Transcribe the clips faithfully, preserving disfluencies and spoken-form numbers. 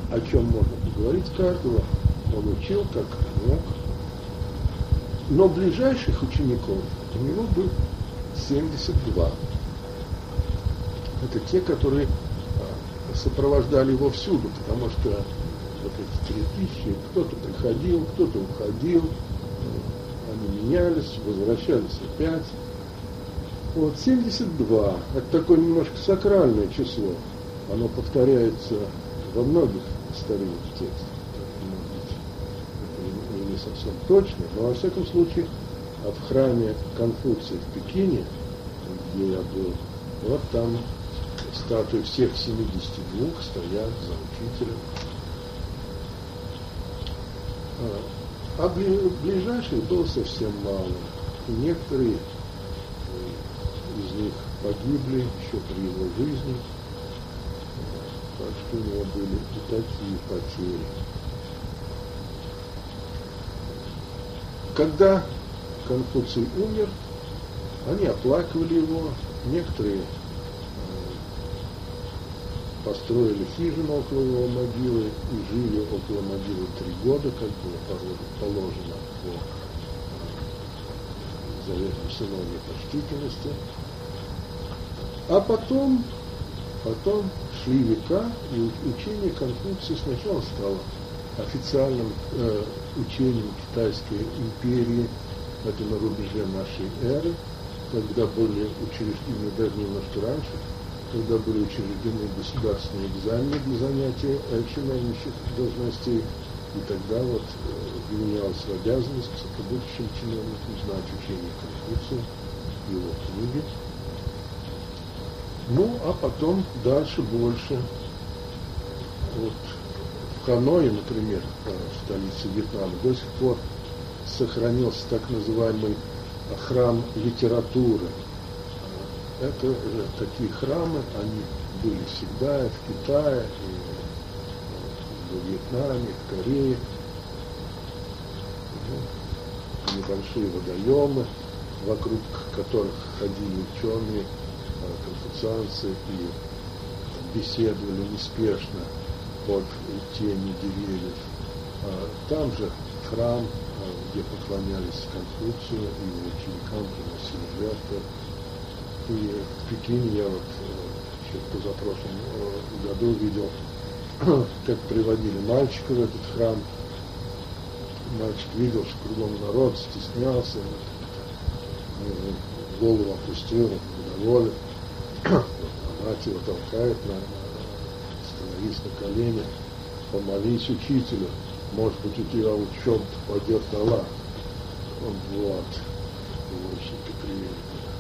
о чем можно поговорить каждого, он учил как мог. Но ближайших учеников у него был семьдесят два. Это те, которые сопровождали его всюду, потому что вот эти три тысячи, кто-то приходил, кто-то уходил, они менялись, возвращались опять. Вот семьдесят два, это такое немножко сакральное число, оно повторяется во многих старинных текстах. Это не совсем точно, но во всяком случае в храме Конфуция в Пекине, где я был, вот там статуи всех семидесяти двух стоят за учителем. А ближайших было совсем мало. И некоторые из них погибли еще при его жизни. Так что у него были и такие потери. Когда Конфуций умер, они оплакивали его. Некоторые построили хижину около его могилы и жили около могилы три года, как было положено по заветам сыновней почтительности. А потом, потом шли века, и учение Конфуция сначала стало официальным э, учением Китайской империи, это на рубеже нашей эры, когда были учреждены, даже немножко раньше, когда были учреждены государственные экзамены для занятия чиновничьих должностей, и тогда вот э, вменялась в обязанность будущим чиновникам знать учение Конфуция, его книги. Ну, а потом дальше больше. Вот в Ханое, например, в столице Вьетнама, до сих пор сохранился так называемый храм литературы. Это э, такие храмы, они были всегда и в Китае, и э, в Вьетнаме, и в Корее. Ну, небольшие водоемы, вокруг которых ходили ученые, э, конфуцианцы, и беседовали неспешно под тенью деревьев. А там же храм, где поклонялись Конфуцию, и его ученикам приносили жертвы. И в Пекине я вот еще в позапрошлом году видел, как приводили мальчика в этот храм. Мальчик видел, что кругом народ, стеснялся, голову опустил, недоволен. Мать его толкает, на, становись на колени, помолись учителю, может быть, у тебя в чем-то пойдет Аллах. Он вот, ученики привели.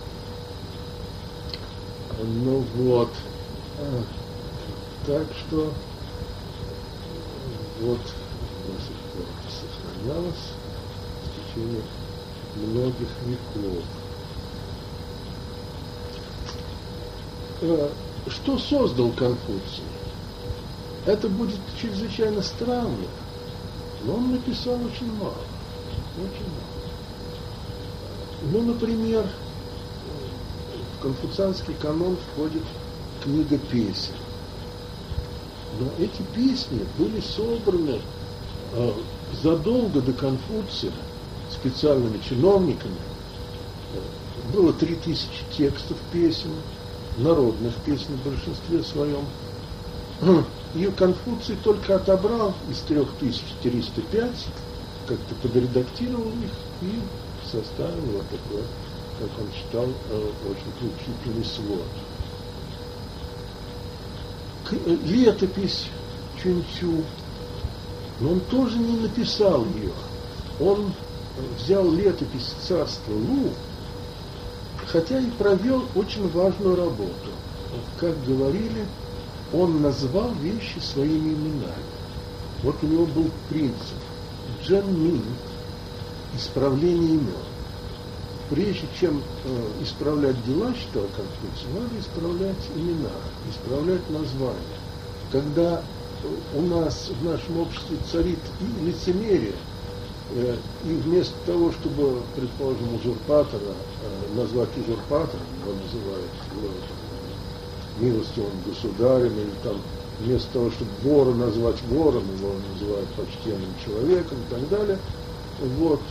Ну вот, а, так что вот до сих пор сохранялось в течение многих веков. А, что создал Конфуций? Это будет чрезвычайно странно, но он написал очень мало, очень мало. Ну, например, в конфуцианский канон входит книга песен. Но эти песни были собраны э, задолго до Конфуция специальными чиновниками. Было три тысячи текстов песен, народных песен в большинстве своем. И Конфуций только отобрал из трех тысяч триста пять, как-то подредактировал их и составил вот такой, как он считал, очень поучительный свод. Летопись Чунцю, но он тоже не написал ее. Он взял летопись царства Лу, хотя и провел очень важную работу. Как говорили, он назвал вещи своими именами. Вот у него был принцип Джен Мин, исправление имен. Прежде чем э, исправлять дела, считал Конфуций, надо исправлять имена, исправлять названия. Когда у нас в нашем обществе царит и лицемерие, э, и вместо того, чтобы, предположим, узурпатора э, назвать узурпатором, его называют э, милостивым государем или там вместо того, чтобы вора назвать вором, его называют почтенным человеком и так далее. Вот.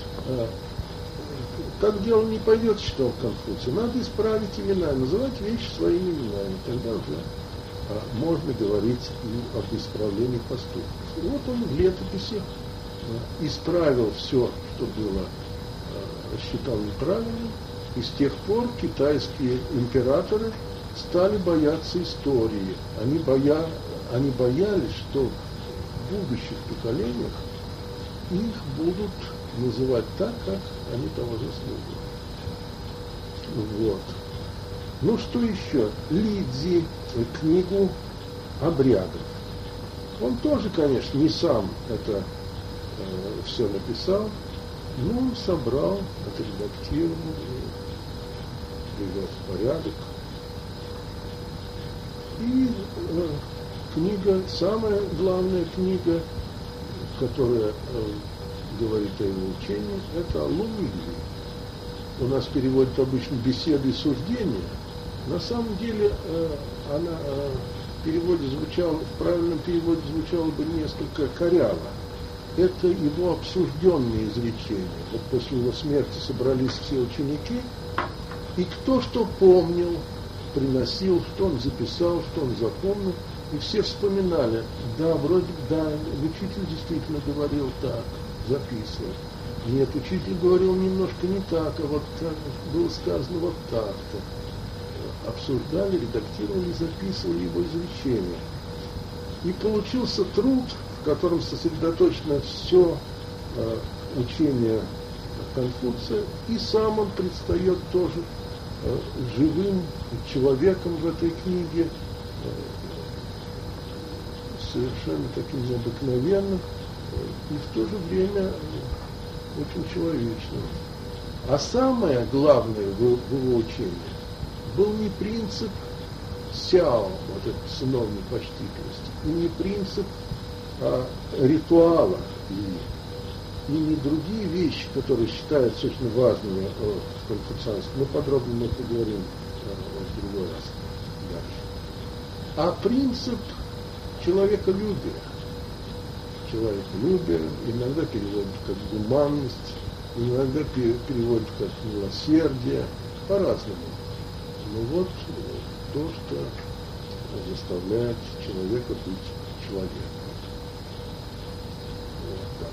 Так дело не пойдет, считал Конфуций. Надо исправить имена, называть вещи своими именами. Тогда уже а, можно говорить и об исправлении поступков. И вот он в летописи а, исправил все, что было, а, считал неправильным. И с тех пор китайские императоры стали бояться истории. Они, боя... Они боялись, что в будущих поколениях их будут называть так, как они того заслуживают. Вот. Ну что еще? Лидзи, книгу обрядов. Он тоже, конечно, не сам это э, все написал, но он собрал, отредактировал, привел в порядок. И э, книга, самая главная книга, которая э, говорит о его учении, это Лумилли. У нас переводят обычно беседы и суждения. На самом деле э, она э, в переводе звучала, в правильном переводе звучало бы несколько коряво. Это его обсужденные изречения. Вот после его смерти собрались все ученики, и кто что помнил, приносил, что он записал, что он запомнил, и все вспоминали, да, вроде, да, учитель действительно говорил так, записывал. Нет, учитель говорил немножко не так, а вот так, было сказано вот так-то. Обсуждали, редактировали, записывали его изречения. И получился труд, в котором сосредоточено все э, учение Конфуция, и сам он предстает тоже э, живым человеком в этой книге, э, совершенно таким необыкновенным, и в то же время очень человечным. А самое главное в его учении был не принцип сяо, вот этот сыновней почтительности, и не принцип а, ритуала, и, и не другие вещи, которые считаются очень важными в конфуцианстве. Мы подробно мы поговорим а, в другой раз дальше. А принцип человеколюбия. Человеколюбие иногда переводят как гуманность, иногда переводят как милосердие, по-разному. Но вот то, что заставляет человека быть человеком. Вот так.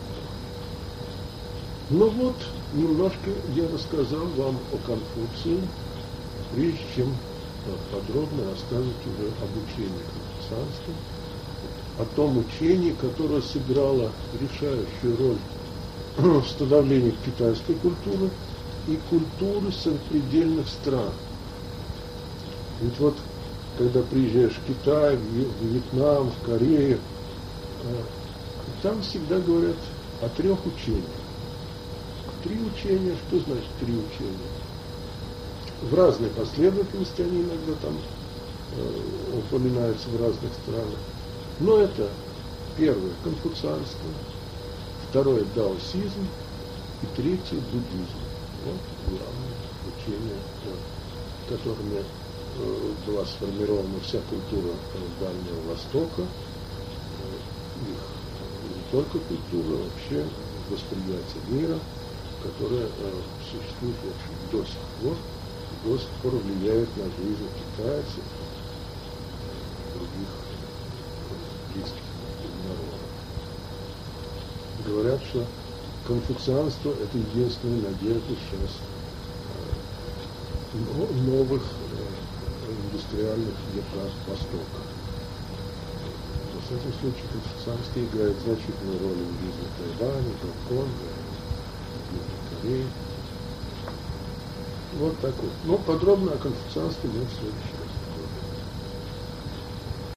Ну вот, немножко я рассказал вам о Конфуции, прежде чем подробно рассказывать уже об учении конфуцианства, о том учении, которое сыграло решающую роль в становлении китайской культуры и культуры сопредельных стран. Ведь вот, когда приезжаешь в Китай, в Вьетнам, в Корею, там всегда говорят о трех учениях. Три учения, что значит три учения? В разной последовательности они иногда там э, упоминаются в разных странах. Но это первое – конфуцианство, второе – даосизм и третье – буддизм. Вот главное учение, которыми была сформирована вся культура Дальнего Востока, их не только культура, а вообще восприятие мира, которое существует в общем, до сих пор, до сих пор влияет на жизнь китайцев, других близких народов. Говорят, что конфуцианство – это единственная надежда сейчас новых индустриальных держав Востока. Но в этом случае конфуцианство играет значительную роль в жизни Тайваня, Гонконга, Южной Кореи. Вот так вот. Но подробно о конфуцианстве мы в следующий